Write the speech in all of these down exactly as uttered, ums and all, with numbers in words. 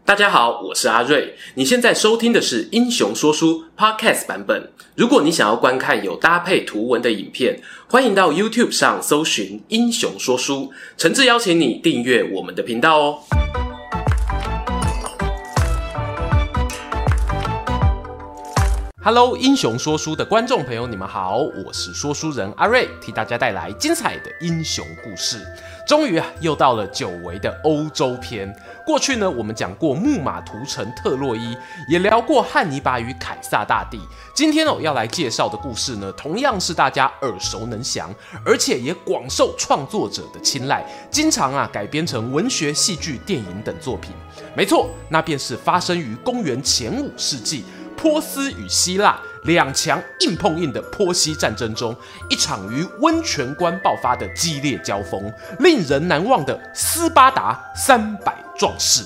大家好，我是阿瑞。你现在收听的是英雄说书 Podcast 版本。如果你想要观看有搭配图文的影片，欢迎到 YouTube 上搜寻英雄说书，诚挚邀请你订阅我们的频道哦。Hello， 英雄说书的观众朋友，你们好，我是说书人阿瑞，替大家带来精彩的英雄故事。终于啊，又到了久违的欧洲篇。过去呢，我们讲过木马屠城特洛伊，也聊过汉尼拔与凯撒大帝。今天哦，要来介绍的故事呢，同样是大家耳熟能详，而且也广受创作者的青睐，经常啊改编成文学、戏剧、电影等作品。没错，那便是发生于公元前五世纪。波斯与希腊两强硬碰硬的波西战争中，一场于温泉关爆发的激烈交锋，令人难忘的斯巴达三百壮士。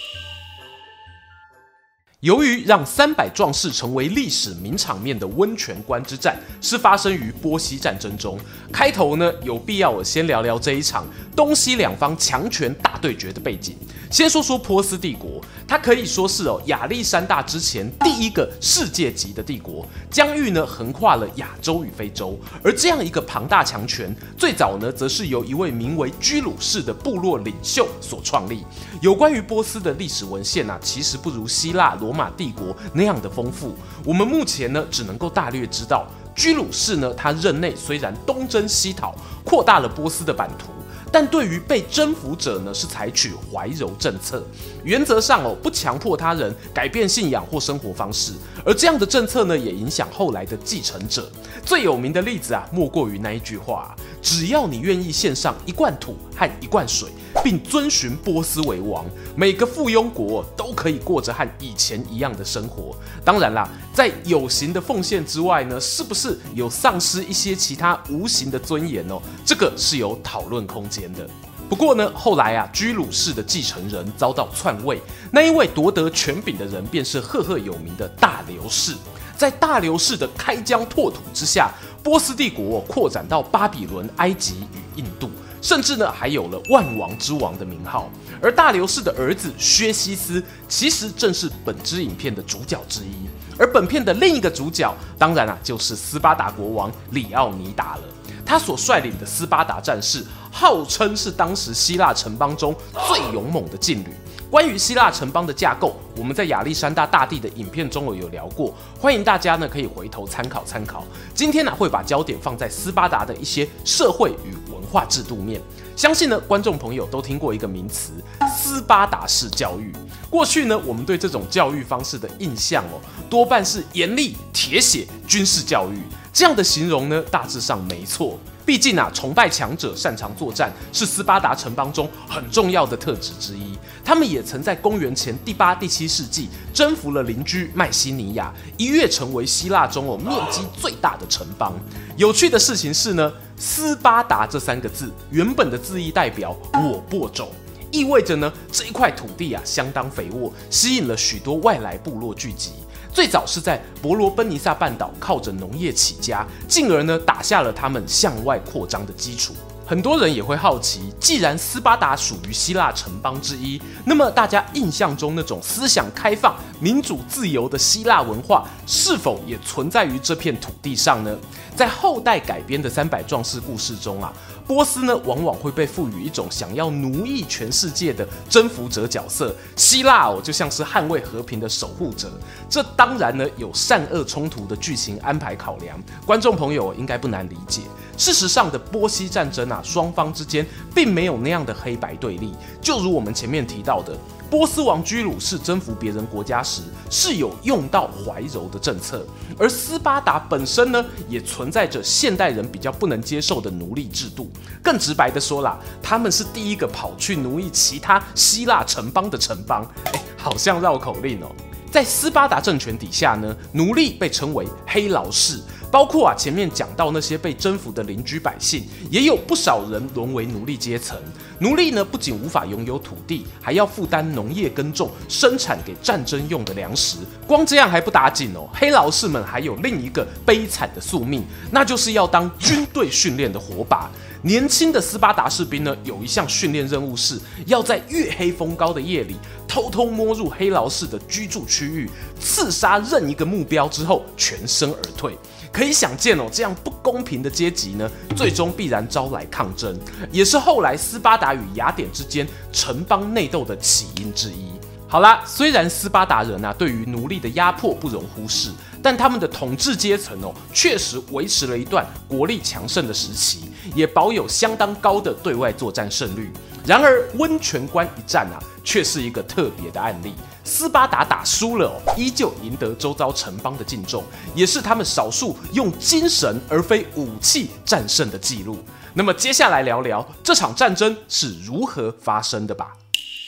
由于让三百壮士成为历史名场面的温泉关之战，是发生于波西战争中。开头呢，有必要我先聊聊这一场东西两方强权大对决的背景。先说说波斯帝国，它可以说是哦亚历山大之前第一个世界级的帝国，疆域呢横跨了亚洲与非洲。而这样一个庞大强权，最早呢则是由一位名为居鲁士的部落领袖所创立。有关于波斯的历史文献啊，其实不如希腊、罗马帝国那样的丰富。我们目前呢只能够大略知道，居鲁士呢他任内虽然东征西讨，扩大了波斯的版图。但对于被征服者呢，是采取怀柔政策，原则上哦不强迫他人改变信仰或生活方式，而这样的政策呢，也影响后来的继承者。最有名的例子啊，莫过于那一句话：只要你愿意献上一罐土和一罐水，并遵循波斯为王，每个附庸国都可以过着和以前一样的生活。当然啦，在有形的奉献之外呢，是不是有丧失一些其他无形的尊严哦？这个是有讨论空间的。不过呢，后来啊，居鲁士的继承人遭到篡位，那一位夺得权柄的人便是赫赫有名的大流士。在大流士的开疆拓土之下，波斯帝国扩展到巴比伦、埃及与印度，甚至呢还有了万王之王的名号。而大流士的儿子薛西斯，其实正是本支影片的主角之一。而本片的另一个主角，当然啊就是斯巴达国王里奥尼达了。他所率领的斯巴达战士，号称是当时希腊城邦中最勇猛的劲旅。关于希腊城邦的架构，我们在亚历山大大帝的影片中有聊过，欢迎大家呢可以回头参考参考。今天呢会把焦点放在斯巴达的一些社会与文化制度面。相信呢观众朋友都听过一个名词——斯巴达式教育。过去呢我们对这种教育方式的印象哦，多半是严厉、铁血、军事教育。这样的形容呢，大致上没错。毕竟啊，崇拜强者、擅长作战是斯巴达城邦中很重要的特质之一。他们也曾在公元前第八、第七世纪征服了邻居迈锡尼亚，一跃成为希腊中哦面积最大的城邦。有趣的事情是呢，斯巴达这三个字原本的字义代表我播种。意味着呢，这一块土地啊相当肥沃，吸引了许多外来部落聚集。最早是在伯罗奔尼撒半岛靠着农业起家，进而呢打下了他们向外扩张的基础。很多人也会好奇，既然斯巴达属于希腊城邦之一，那么大家印象中那种思想开放、民主自由的希腊文化，是否也存在于这片土地上呢？在后代改编的三百壮士故事中啊，波斯呢往往会被赋予一种想要奴役全世界的征服者角色，希腊哦就像是捍卫和平的守护者。这当然呢有善恶冲突的剧情安排考量，观众朋友应该不难理解。事实上的波西战争啊，双方之间并没有那样的黑白对立，就如我们前面提到的，波斯王居鲁士征服别人国家时是有用到怀柔的政策，而斯巴达本身呢，也存在着现代人比较不能接受的奴隶制度。更直白的说啦，他们是第一个跑去奴役其他希腊城邦的城邦，哎，好像绕口令哦。在斯巴达政权底下呢，奴隶被称为黑劳士，包括啊前面讲到那些被征服的邻居百姓，也有不少人沦为奴隶阶层。奴隶呢不仅无法拥有土地，还要负担农业耕种，生产给战争用的粮食。光这样还不打紧哦，黑劳士们还有另一个悲惨的宿命，那就是要当军队训练的火把。 年轻的斯巴达士兵呢，有一项训练任务是要在月黑风高的夜里，偷偷摸入黑劳士的居住区域，刺杀任一个目标之后全身而退。可以想见哦，这样不公平的阶级呢，最终必然招来抗争，也是后来斯巴达与雅典之间城邦内斗的起因之一。好啦，虽然斯巴达人啊对于奴隶的压迫不容忽视，但他们的统治阶层哦确实维持了一段国力强盛的时期，也保有相当高的对外作战胜率。然而温泉关一战啊，却是一个特别的案例。斯巴达打输了哦，依旧赢得周遭城邦的敬重，也是他们少数用精神而非武器战胜的记录。那么接下来聊聊这场战争是如何发生的吧。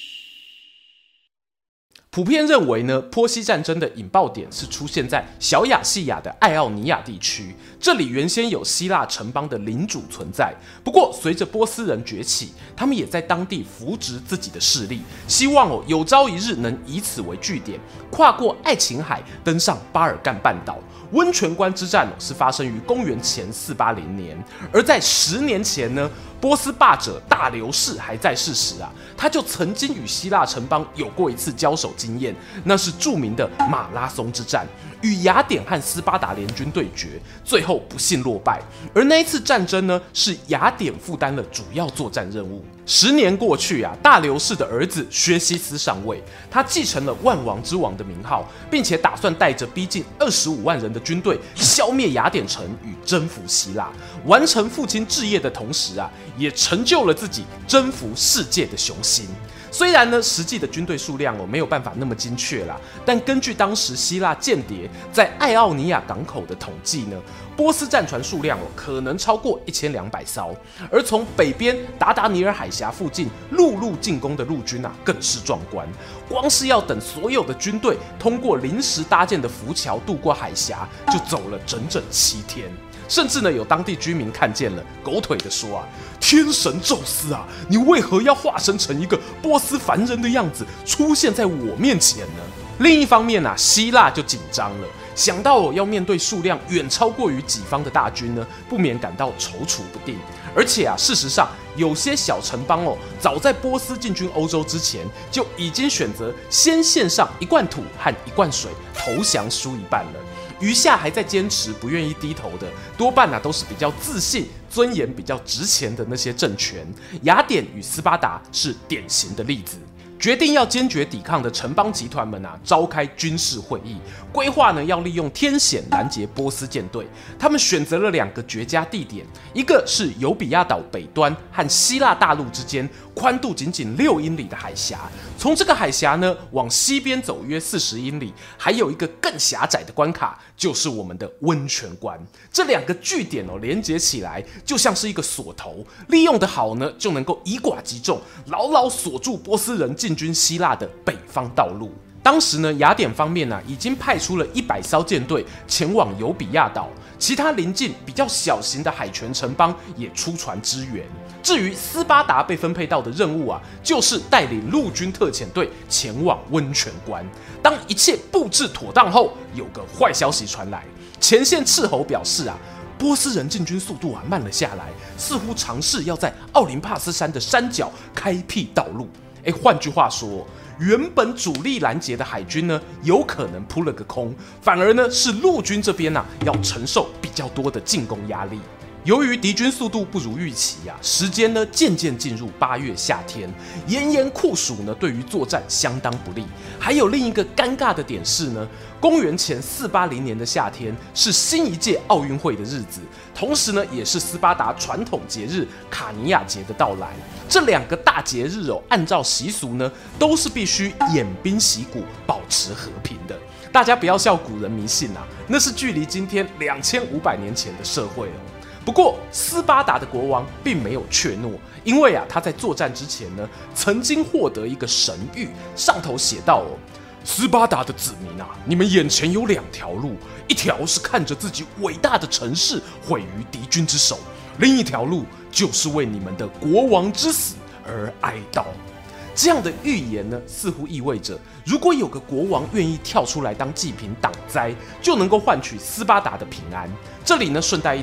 普遍认为呢，波西战争的引爆点是出现在小亚细亚的爱奥尼亚地区，这里原先有希腊城邦的领主存在。不过，随着波斯人崛起，他们也在当地扶植自己的势力，希望哦有朝一日能以此为据点，跨过爱琴海，登上巴尔干半岛。温泉关之战是发生于公元前四八零年，而在十年前呢，波斯霸者大流士还在世时啊，他就曾经与希腊城邦有过一次交手经验，那是著名的马拉松之战，与雅典和斯巴达联军对决，最后不幸落败。而那一次战争呢，是雅典负担了主要作战任务。十年过去啊，大流士的儿子薛西斯上位，他继承了万王之王的名号，并且打算带着逼近二十五万人的军队消灭雅典城与征服希腊，完成父亲志业的同时啊，也成就了自己征服世界的雄心。虽然呢，实际的军队数量哦没有办法那么精确啦，但根据当时希腊间谍在爱奥尼亚港口的统计呢，波斯战船数量哦可能超过一千两百艘，而从北边达达尼尔海峡附近陆路进攻的陆军啊更是壮观，光是要等所有的军队通过临时搭建的浮桥渡过海峡，就走了整整七天。甚至呢，有当地居民看见了，狗腿的说啊：“天神宙斯啊，你为何要化身成一个波斯凡人的样子出现在我面前呢？”另一方面啊，希腊就紧张了，想到哦要面对数量远超过于己方的大军呢，不免感到踌躇不定。而且啊，事实上有些小城邦哦，早在波斯进军欧洲之前，就已经选择先献上一罐土和一罐水，投降输一半了。余下还在坚持不愿意低头的，多半啊都是比较自信、尊严比较值钱的那些政权。雅典与斯巴达是典型的例子。决定要坚决抵抗的城邦集团们啊，召开军事会议，规划呢要利用天险拦截波斯舰队。他们选择了两个绝佳地点，一个是尤比亚岛北端和希腊大陆之间宽度仅仅六英里的海峡，从这个海峡呢往西边走约四十英里，还有一个更狭窄的关卡，就是我们的温泉关。这两个据点哦连接起来，就像是一个锁头，利用得好呢，就能够以寡击众，牢牢锁住波斯人进军希腊的北方道路。当时呢，雅典方面啊已经派出了一百艘舰队前往尤比亚岛，其他邻近比较小型的海权城邦也出船支援。至于斯巴达被分配到的任务啊，就是带领陆军特遣队前往温泉关。当一切布置妥当后，有个坏消息传来，前线斥候表示啊，波斯人进军速度啊慢了下来，似乎尝试要在奥林帕斯山的山脚开辟道路。哎，换句话说，原本主力拦截的海军呢，有可能扑了个空，反而呢是陆军这边啊要承受比较多的进攻压力。由于敌军速度不如预期啊，时间呢渐渐进入八月夏天，炎炎酷暑呢对于作战相当不利。还有另一个尴尬的点是呢，公元前四八零年的夏天是新一届奥运会的日子，同时呢也是斯巴达传统节日卡尼亚节的到来。这两个大节日哦，按照习俗呢都是必须演兵习古，保持和平的。大家不要笑古人迷信啊，那是距离今天两千五百年前的社会哦。不过，斯巴达的国王并没有怯懦，因为啊，他在作战之前呢，曾经获得一个神谕，上头写道哦：斯巴达的子民啊，你们眼前有两条路，一条是看着自己伟大的城市毁于敌军之手，另一条路就是为你们的国王之死而哀悼。这样的预言呢，似乎意味着，如果有个国王愿意跳出来当祭品挡灾，就能够换取斯巴达的平安。这里呢，顺带一提。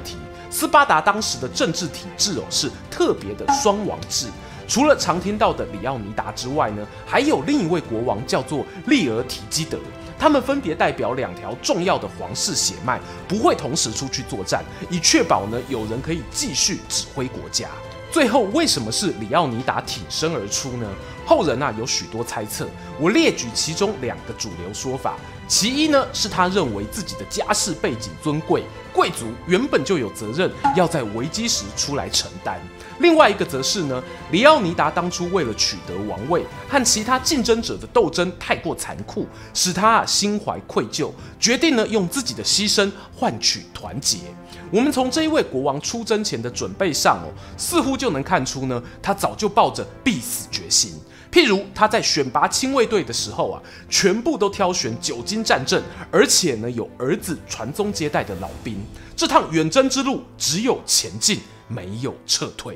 斯巴达当时的政治体制哦是特别的双王制。除了常听到的里奥尼达之外呢，还有另一位国王叫做利尔体基德，他们分别代表两条重要的皇室血脉，不会同时出去作战，以确保呢有人可以继续指挥国家。最后为什么是里奥尼达挺身而出呢？后人啊有许多猜测，我列举其中两个主流说法。其一呢，是他认为自己的家世背景尊贵，贵族原本就有责任要在危机时出来承担。另外一个则是呢，里奥尼达当初为了取得王位，和其他竞争者的斗争太过残酷，使他啊心怀愧疚，决定呢用自己的牺牲换取团结。我们从这一位国王出征前的准备上哦，似乎就能看出呢，他早就抱着必死决心。譬如他在选拔亲卫队的时候啊，全部都挑选久经战阵，而且呢有儿子传宗接代的老兵。这趟远征之路只有前进，没有撤退。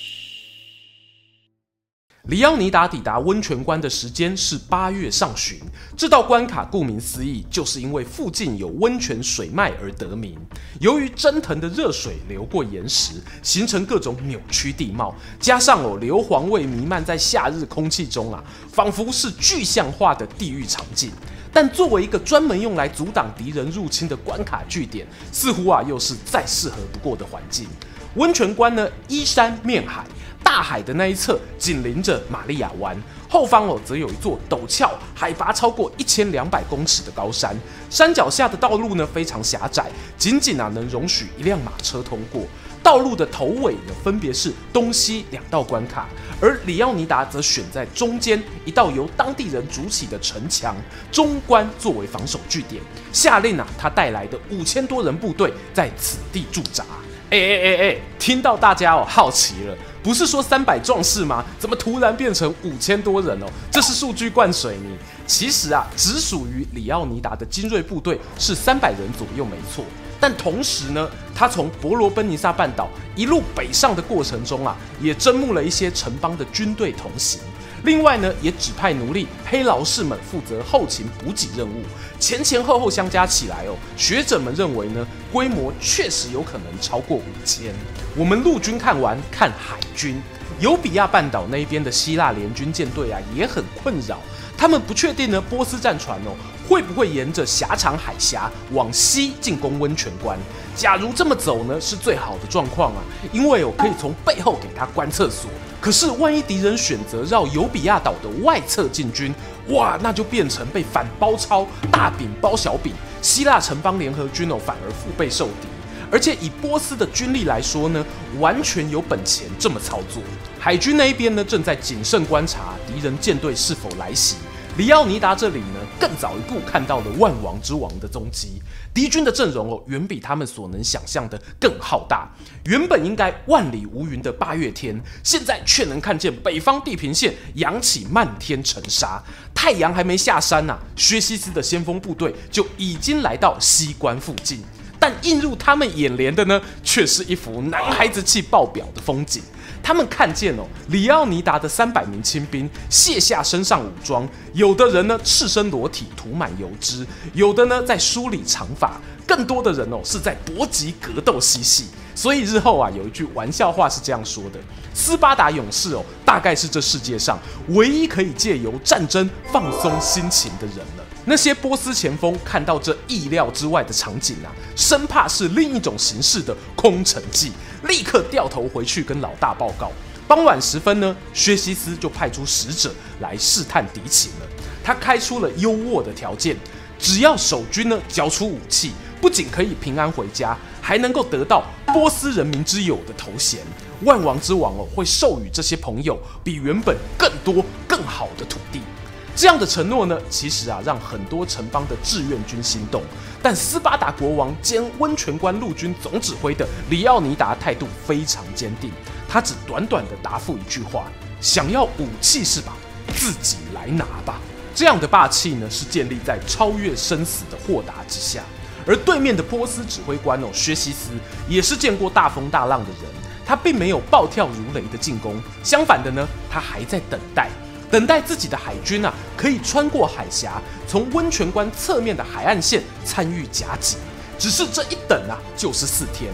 里奥尼达抵达温泉关的时间是八月上旬，这道关卡顾名思义，就是因为附近有温泉水脉而得名。由于蒸腾的热水流过岩石，形成各种扭曲地貌，加上哦硫磺味弥漫在夏日空气中啊，仿佛是具象化的地狱场景。但作为一个专门用来阻挡敌人入侵的关卡据点，似乎啊又是再适合不过的环境。温泉关呢，依山面海。大海的那一侧紧邻着玛利亚湾，后方哦则有一座陡峭、海拔超过一千两百公尺的高山。山脚下的道路呢非常狭窄，仅仅啊能容许一辆马车通过。道路的头尾呢分别是东西两道关卡，而里奥尼达则选在中间一道由当地人筑起的城墙中关作为防守据点，下令啊他带来的五千多人部队在此地驻扎。哎哎哎哎，听到大家哦好奇了，不是说三百壮士吗？怎么突然变成五千多人哦？这是数据灌水你。其实啊，只属于里奥尼达的精锐部队是三百人左右，没错。但同时呢，他从伯罗奔尼撒半岛一路北上的过程中啊，也征募了一些城邦的军队同行。另外呢，也指派奴隶黑劳士们负责后勤补给任务，前前后后相加起来哦，学者们认为呢，规模确实有可能超过五千。我们陆军看完，看海军，尤比亚半岛那边的希腊联军舰队啊，也很困扰。他们不确定呢，波斯战船哦会不会沿着狭长海峡往西进攻温泉关？假如这么走呢，是最好的状况啊，因为哦可以从背后给他关厕所。可是万一敌人选择绕尤比亚岛的外侧进军，哇，那就变成被反包抄，大饼包小饼，希腊城邦联合军哦反而腹背受敌。而且以波斯的军力来说呢，完全有本钱这么操作。海军那一边呢，正在谨慎观察敌人舰队是否来袭。里奥尼达这里呢，更早一步看到了万王之王的踪迹。敌军的阵容哦，远比他们所能想象的更浩大。原本应该万里无云的八月天，现在却能看见北方地平线扬起漫天尘沙。太阳还没下山呐、啊，薛西斯的先锋部队就已经来到西关附近。但映入他们眼帘的呢，却是一幅男孩子气爆表的风景。他们看见哦，里奥尼达的三百名亲兵卸下身上武装，有的人呢赤身裸体，涂满油脂；有的呢在梳理长发，更多的人哦是在搏击格斗嬉戏。所以日后啊，有一句玩笑话是这样说的：斯巴达勇士哦，大概是这世界上唯一可以借由战争放松心情的人了。那些波斯前锋看到这意料之外的场景啊，生怕是另一种形式的空城计，立刻掉头回去跟老大报告。傍晚时分呢，薛西斯就派出使者来试探敌情了。他开出了优渥的条件，只要守军呢交出武器，不仅可以平安回家，还能够得到波斯人民之友的头衔。万王之王哦，会授予这些朋友比原本更多更好的土地。这样的承诺呢，其实啊，让很多城邦的志愿军心动。但斯巴达国王兼温泉关陆军总指挥的里奥尼达态度非常坚定，他只短短的答复一句话：想要武器是吧？自己来拿吧。这样的霸气呢，是建立在超越生死的豁达之下。而对面的波斯指挥官哦，薛西斯也是见过大风大浪的人，他并没有暴跳如雷的进攻，相反的呢，他还在等待。等待自己的海军啊，可以穿过海峡，从温泉关侧面的海岸线参与夹击。只是这一等啊，就是四天。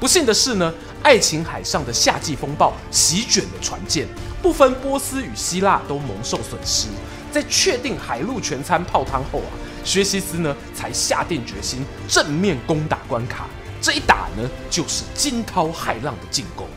不幸的是呢，爱琴海上的夏季风暴席卷了船舰，不分波斯与希腊都蒙受损失。在确定海陆全餐泡汤后啊，薛西斯呢才下定决心正面攻打关卡。这一打呢，就是惊涛骇浪的进攻。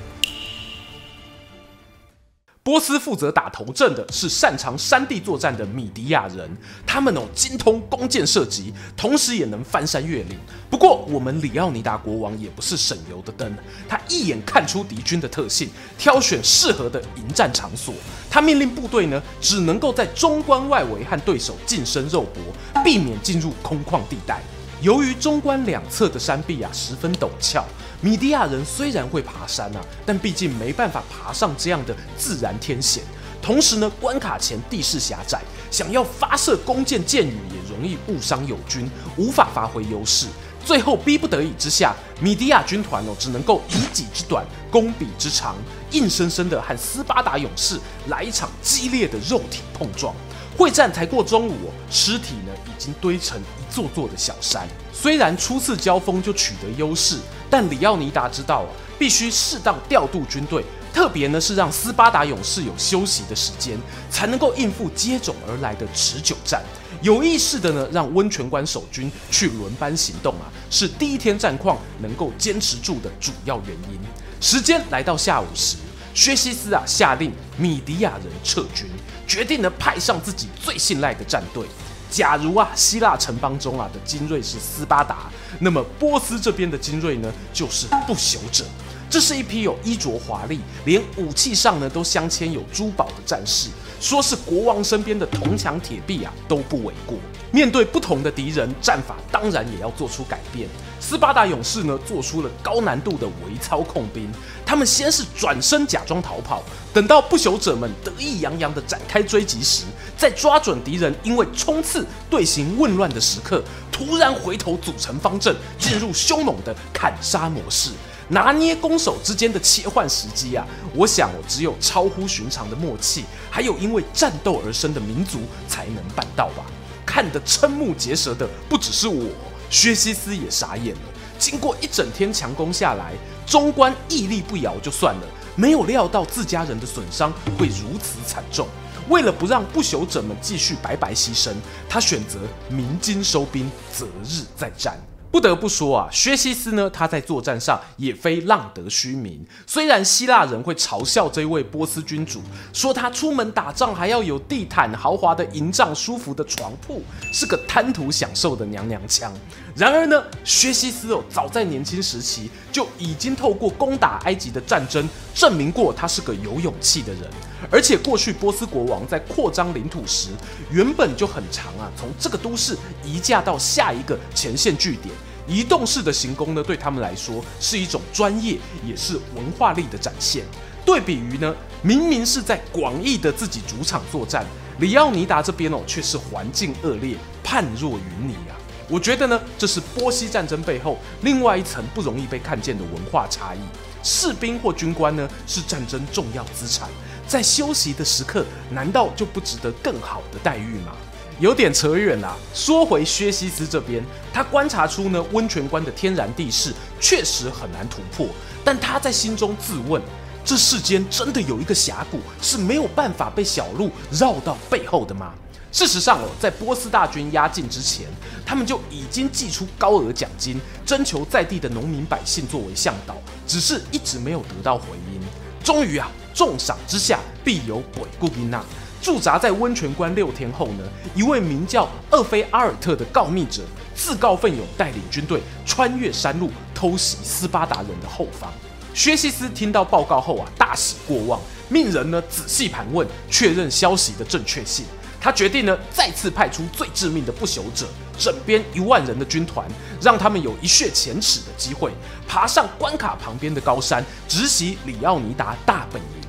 波斯负责打头阵的是擅长山地作战的米迪亚人，他们哦精通弓箭射击，同时也能翻山越岭。不过，我们里奥尼达国王也不是省油的灯，他一眼看出敌军的特性，挑选适合的迎战场所。他命令部队呢，只能够在中关外围和对手近身肉搏，避免进入空旷地带。由于中关两侧的山壁啊十分陡峭，米迪亚人虽然会爬山啊，但毕竟没办法爬上这样的自然天险。同时呢，关卡前地势狭窄，想要发射弓箭箭雨也容易误伤友军，无法发挥优势。最后逼不得已之下，米迪亚军团哦只能够以己之短攻彼之长，硬生生的和斯巴达勇士来一场激烈的肉体碰撞。会战才过中午哦，尸体呢已经堆成一座座的小山。虽然初次交锋就取得优势，但里奥尼达知道啊，必须适当调度军队，特别呢是让斯巴达勇士有休息的时间，才能够应付接踵而来的持久战。有意识的呢，让温泉关守军去轮班行动啊，是第一天战况能够坚持住的主要原因。时间来到下午时，薛西斯啊下令米迪亚人撤军，决定呢派上自己最信赖的战队。假如啊希腊城邦中啊的精锐是斯巴达，那么波斯这边的精锐呢就是不朽者。这是一批有衣着华丽，连武器上呢都镶嵌有珠宝的战士，说是国王身边的铜墙铁壁啊都不为过。面对不同的敌人，战法当然也要做出改变。斯巴达勇士呢做出了高难度的微操控兵，他们先是转身假装逃跑，等到不朽者们得意洋洋地展开追击时，再抓准敌人因为冲刺队形混乱的时刻，突然回头组成方阵，进入凶猛的砍杀模式。拿捏攻守之间的切换时机啊，我想我只有超乎寻常的默契，还有因为战斗而生的民族才能办到吧。看得瞠目结舌的不只是我，薛西斯也傻眼了。经过一整天强攻下来，中关屹立不摇就算了，没有料到自家人的损伤会如此惨重。为了不让不朽者们继续白白牺牲，他选择鸣金收兵，择日再战。不得不说啊，薛西斯呢，他在作战上也非浪得虚名。虽然希腊人会嘲笑这位波斯君主，说他出门打仗还要有地毯、豪华的营帐、舒服的床铺，是个贪图享受的娘娘腔。然而呢，薛西斯哦，早在年轻时期就已经透过攻打埃及的战争，证明过他是个有勇气的人。而且过去波斯国王在扩张领土时，原本就很常啊，从这个都市移驾到下一个前线据点。移动式的行宫呢，对他们来说是一种专业，也是文化力的展现。对比于呢，明明是在广义的自己主场作战，里奥尼达这边哦，却是环境恶劣，判若云泥啊。我觉得呢，这是波西战争背后另外一层不容易被看见的文化差异。士兵或军官呢，是战争重要资产，在休息的时刻，难道就不值得更好的待遇吗？有点扯远啦。说回薛西斯这边，他观察出呢温泉关的天然地势确实很难突破，但他在心中自问：这世间真的有一个峡谷是没有办法被小路绕到背后的吗？事实上哦，在波斯大军压境之前，他们就已经祭出高额奖金，征求在地的农民百姓作为向导，只是一直没有得到回音。终于啊，重赏之下必有鬼顾宾娜。驻扎在温泉关六天后呢，一位名叫厄菲阿尔特的告密者自告奋勇带领军队穿越山路偷袭斯巴达人的后方。薛西斯听到报告后啊，大喜过望，命人呢仔细盘问，确认消息的正确性。他决定呢再次派出最致命的不朽者，整编一万人的军团，让他们有一雪前耻的机会，爬上关卡旁边的高山，直袭里奥尼达大本营。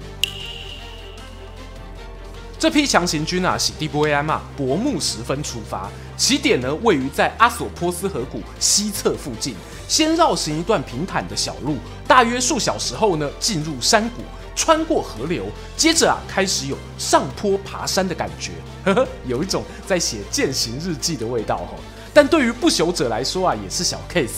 这批强行军啊，喜地波埃嘛，薄暮时分出发，起点呢位于在阿索波斯河谷西侧附近，先绕行一段平坦的小路，大约数小时后呢，进入山谷，穿过河流，接着啊，开始有上坡爬山的感觉，呵呵，有一种在写践行日记的味道哦。但对于不朽者来说啊，也是小 case 啊。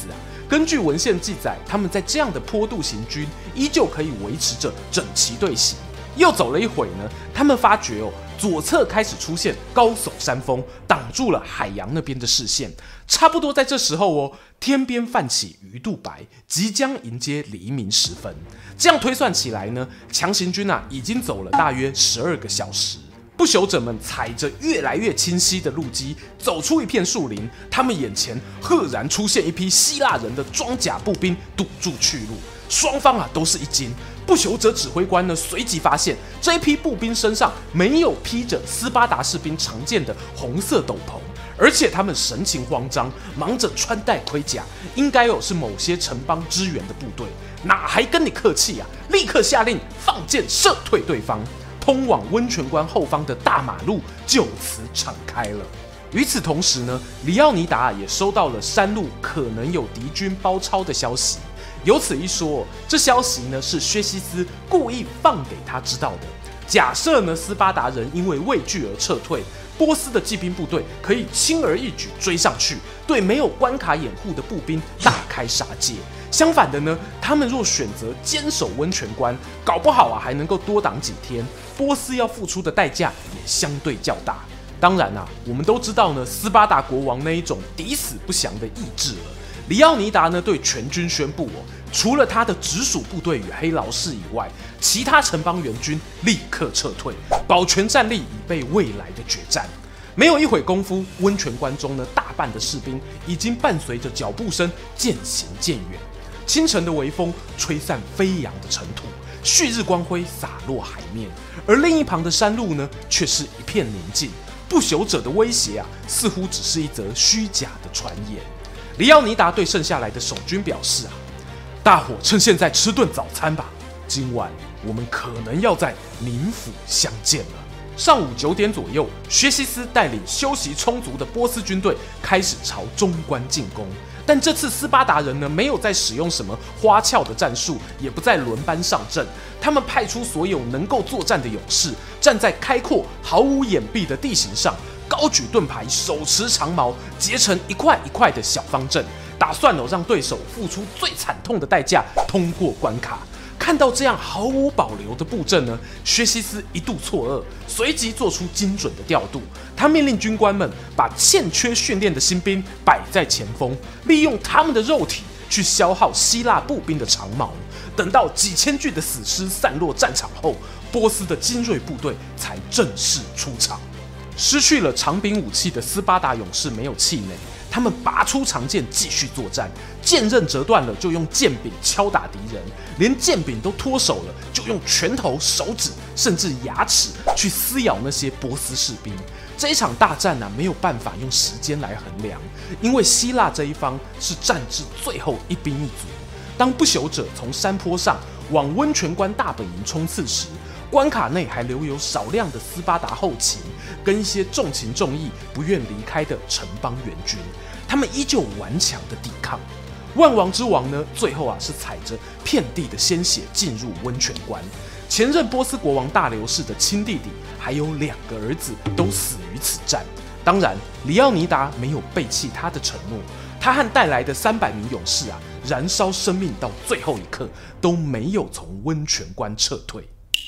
根据文献记载，他们在这样的坡度行军，依旧可以维持着整齐队形。又走了一会呢，他们发觉哦，左侧开始出现高耸山峰，挡住了海洋那边的视线。差不多在这时候哦，天边泛起鱼肚白，即将迎接黎明时分。这样推算起来呢，强行军啊已经走了大约十二个小时。不朽者们踩着越来越清晰的路基，走出一片树林，他们眼前赫然出现一批希腊人的装甲步兵，堵住去路。双方啊都是一惊。不朽者指挥官呢随即发现，这一批步兵身上没有披着斯巴达士兵常见的红色斗篷，而且他们神情慌张，忙着穿戴盔甲，应该有是某些城邦支援的部队，哪还跟你客气啊？立刻下令放箭射退对方。通往温泉关后方的大马路就此敞开了。与此同时呢，里奥尼达也收到了山路可能有敌军包抄的消息。有此一说，这消息呢是薛西斯故意放给他知道的。假设呢斯巴达人因为畏惧而撤退，波斯的骑兵部队可以轻而易举追上去，对没有关卡掩护的步兵大开杀戒。相反的呢，他们若选择坚守温泉关，搞不好啊还能够多挡几天，波斯要付出的代价也相对较大。当然啊，我们都知道呢，斯巴达国王那一种抵死不降的意志了。里奥尼达呢对全军宣布哦，除了他的直属部队与黑劳士以外，其他城邦援军立刻撤退，保全战力以备未来的决战。没有一会功夫，温泉关中呢大半的士兵已经伴随着脚步声渐行渐远。清晨的微风吹散飞扬的尘土，旭日光辉洒落海面，而另一旁的山路呢却是一片宁静。不朽者的威胁啊，似乎只是一则虚假的传言。里奥尼达对剩下来的守军表示啊，大伙趁现在吃顿早餐吧，今晚我们可能要在冥府相见了。上午九点左右，薛西斯带领休息充足的波斯军队开始朝中关进攻。但这次斯巴达人呢，没有再使用什么花俏的战术，也不再轮班上阵。他们派出所有能够作战的勇士，站在开阔毫无掩蔽的地形上，高举盾牌，手持长矛，结成一块一块的小方阵，打算哦让对手付出最惨痛的代价通过关卡。看到这样毫无保留的布阵呢，薛西斯一度错愕，随即做出精准的调度。他命令军官们把欠缺训练的新兵摆在前锋，利用他们的肉体去消耗希腊步兵的长矛。等到几千具的死尸散落战场后，波斯的精锐部队才正式出场。失去了长柄武器的斯巴达勇士没有气馁，他们拔出长剑继续作战，剑刃折断了就用剑柄敲打敌人，连剑柄都脱手了就用拳头、手指甚至牙齿去撕咬那些波斯士兵。这一场大战啊，没有办法用时间来衡量，因为希腊这一方是战至最后一兵一卒。当不朽者从山坡上往温泉关大本营冲刺时，关卡内还留有少量的斯巴达后勤跟一些重情重义不愿离开的城邦援军，他们依旧顽强的抵抗。万王之王呢，最后啊是踩着遍地的鲜血进入温泉关。前任波斯国王大流士的亲弟弟还有两个儿子都死于此战。当然，里奥尼达没有背弃他的承诺，他和带来的三百名勇士啊，燃烧生命到最后一刻都没有从温泉关撤退。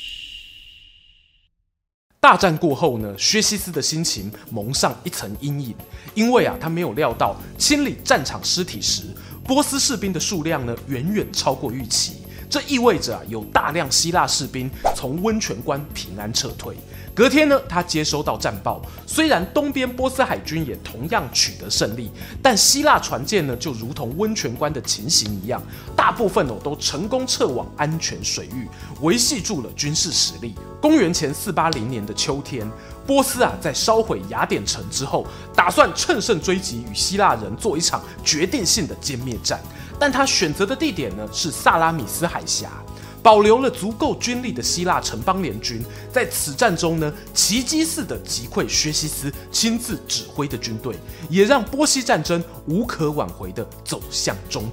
大战过后呢，薛西斯的心情蒙上一层阴影，因为啊，他没有料到清理战场尸体时，波斯士兵的数量呢远远超过预期。这意味着啊，有大量希腊士兵从温泉关平安撤退。隔天呢，他接收到战报，虽然东边波斯海军也同样取得胜利，但希腊船舰呢，就如同温泉关的情形一样，大部分哦都成功撤往安全水域，维系住了军事实力。公元前四八零年的秋天，波斯啊在烧毁雅典城之后，打算乘胜追击，与希腊人做一场决定性的歼灭战。但他选择的地点呢是萨拉米斯海峡，保留了足够军力的希腊城邦联军，在此战中呢，奇迹似的击溃薛西斯亲自指挥的军队，也让波西战争无可挽回的走向终点。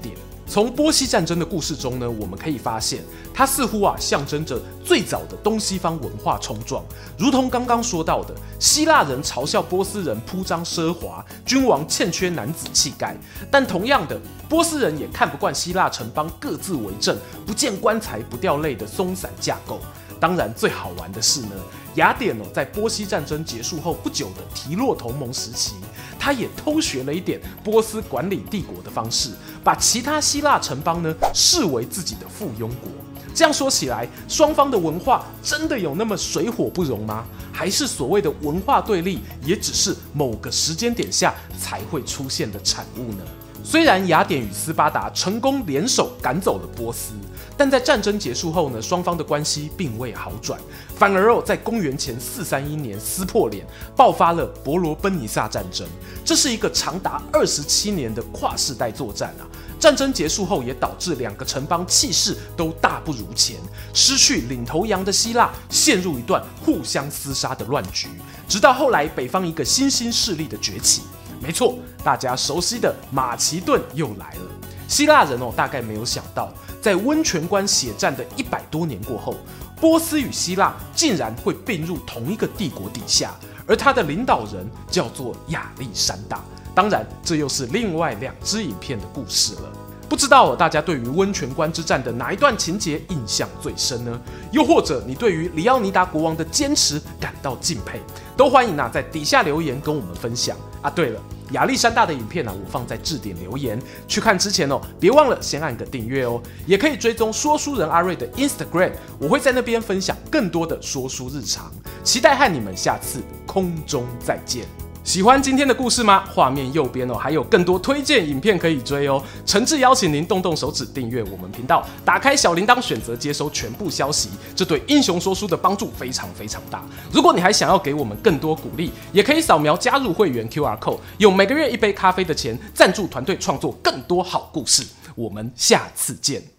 从波西战争的故事中呢，我们可以发现，它似乎啊象征着最早的东西方文化冲撞。如同刚刚说到的，希腊人嘲笑波斯人铺张奢华，君王欠缺男子气概。但同样的，波斯人也看不惯希腊城邦各自为政、不见棺材不掉泪的松散架构。当然，最好玩的是呢，雅典哦，在波西战争结束后不久的提洛同盟时期，他也偷学了一点波斯管理帝国的方式，把其他希腊城邦呢视为自己的附庸国。这样说起来，双方的文化真的有那么水火不容吗？还是所谓的文化对立，也只是某个时间点下才会出现的产物呢？虽然雅典与斯巴达成功联手赶走了波斯，但在战争结束后呢，双方的关系并未好转，反而哦，在公元前四三一年撕破脸，爆发了伯罗奔尼撒战争。这是一个长达二十七年的跨世代作战啊！战争结束后，也导致两个城邦气势都大不如前，失去领头羊的希腊陷入一段互相厮杀的乱局，直到后来北方一个新兴势力的崛起。没错，大家熟悉的马其顿又来了。希腊人哦，大概没有想到，在温泉关血战的一百多年过后，波斯与希腊竟然会并入同一个帝国底下，而他的领导人叫做亚历山大。当然，这又是另外两支影片的故事了。不知道大家对于温泉关之战的哪一段情节印象最深呢？又或者你对于里奥尼达国王的坚持感到敬佩？都欢迎啊在底下留言跟我们分享啊！对了，亚历山大的影片啊，我放在置顶留言，去看之前哦，别忘了先按个订阅哦，也可以追踪说书人阿瑞的 Instagram， 我会在那边分享更多的说书日常，期待和你们下次空中再见。喜欢今天的故事吗？画面右边哦，还有更多推荐影片可以追哦。诚挚邀请您动动手指订阅我们频道，打开小铃铛，选择接收全部消息，这对英雄说书的帮助非常非常大。如果你还想要给我们更多鼓励，也可以扫描加入会员 Q R code， 用每个月一杯咖啡的钱赞助团队创作更多好故事。我们下次见。